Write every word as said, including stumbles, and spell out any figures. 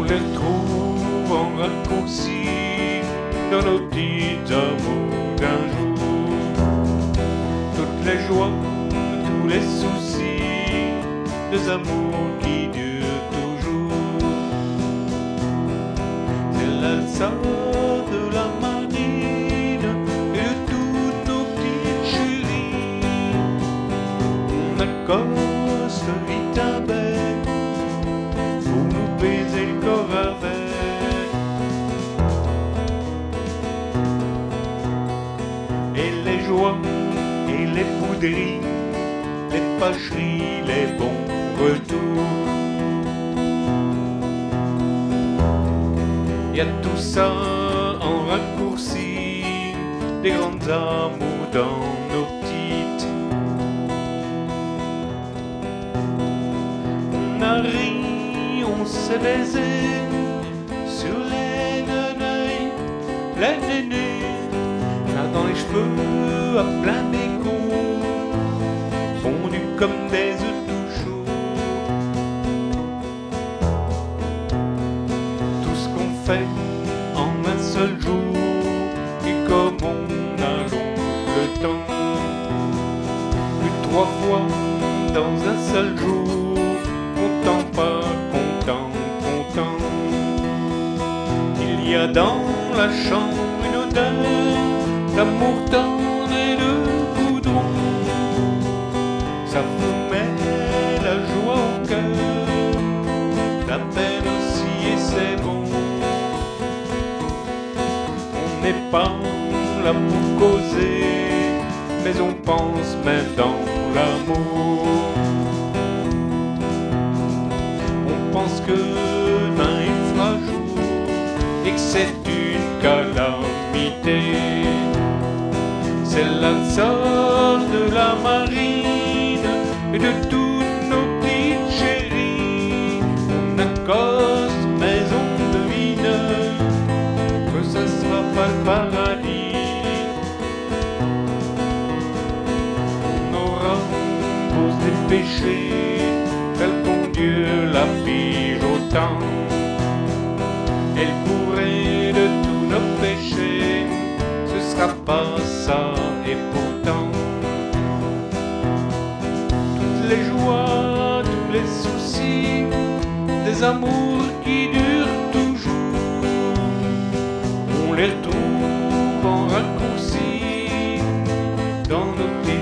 les retrouve en raccourci dans nos petites amours d'un jour. Toutes les joies, tous les soucis, des amours qui durent toujours. C'est l'alsa de la marine et de toutes nos petites chéries. On accoste vite avec pour nous baiser le corps avec. Et les joies et les bouderies, les fâcheries, les bons retours. Y a tout ça en raccourci, des grandes amours dans nos petites. On a ri, on s'est baisé sur les neneuils, les nénés, là dans les cheveux à plein d'échos, fondus comme des œufs tout chauds. Tout ce qu'on fait en un seul jour, et comme on allonge le temps, plus de trois fois dans un seul jour, content, pas content, content. Il y a dans la chambre une odeur d'amour tendre et de goudron. Ça vous met la joie au cœur, la peine aussi, et c'est bon. On n'est pas là pour causer, mais on pense même dans l'amour. On pense que demain il fera jour et que c'est une calamité. C'est la sorte de la marine et de toutes nos petites chéries. On accoste mais on devine que ça sera pas le paradis. On aura beau se dépêcher, quel bon Dieu la fige autant. Elle pourrait de tous nos péchés, ce sera pas ça et pourtant. Toutes les joies, tous les soucis, des amours qui durent toujours, on les retrouve en raccourci dans nos petits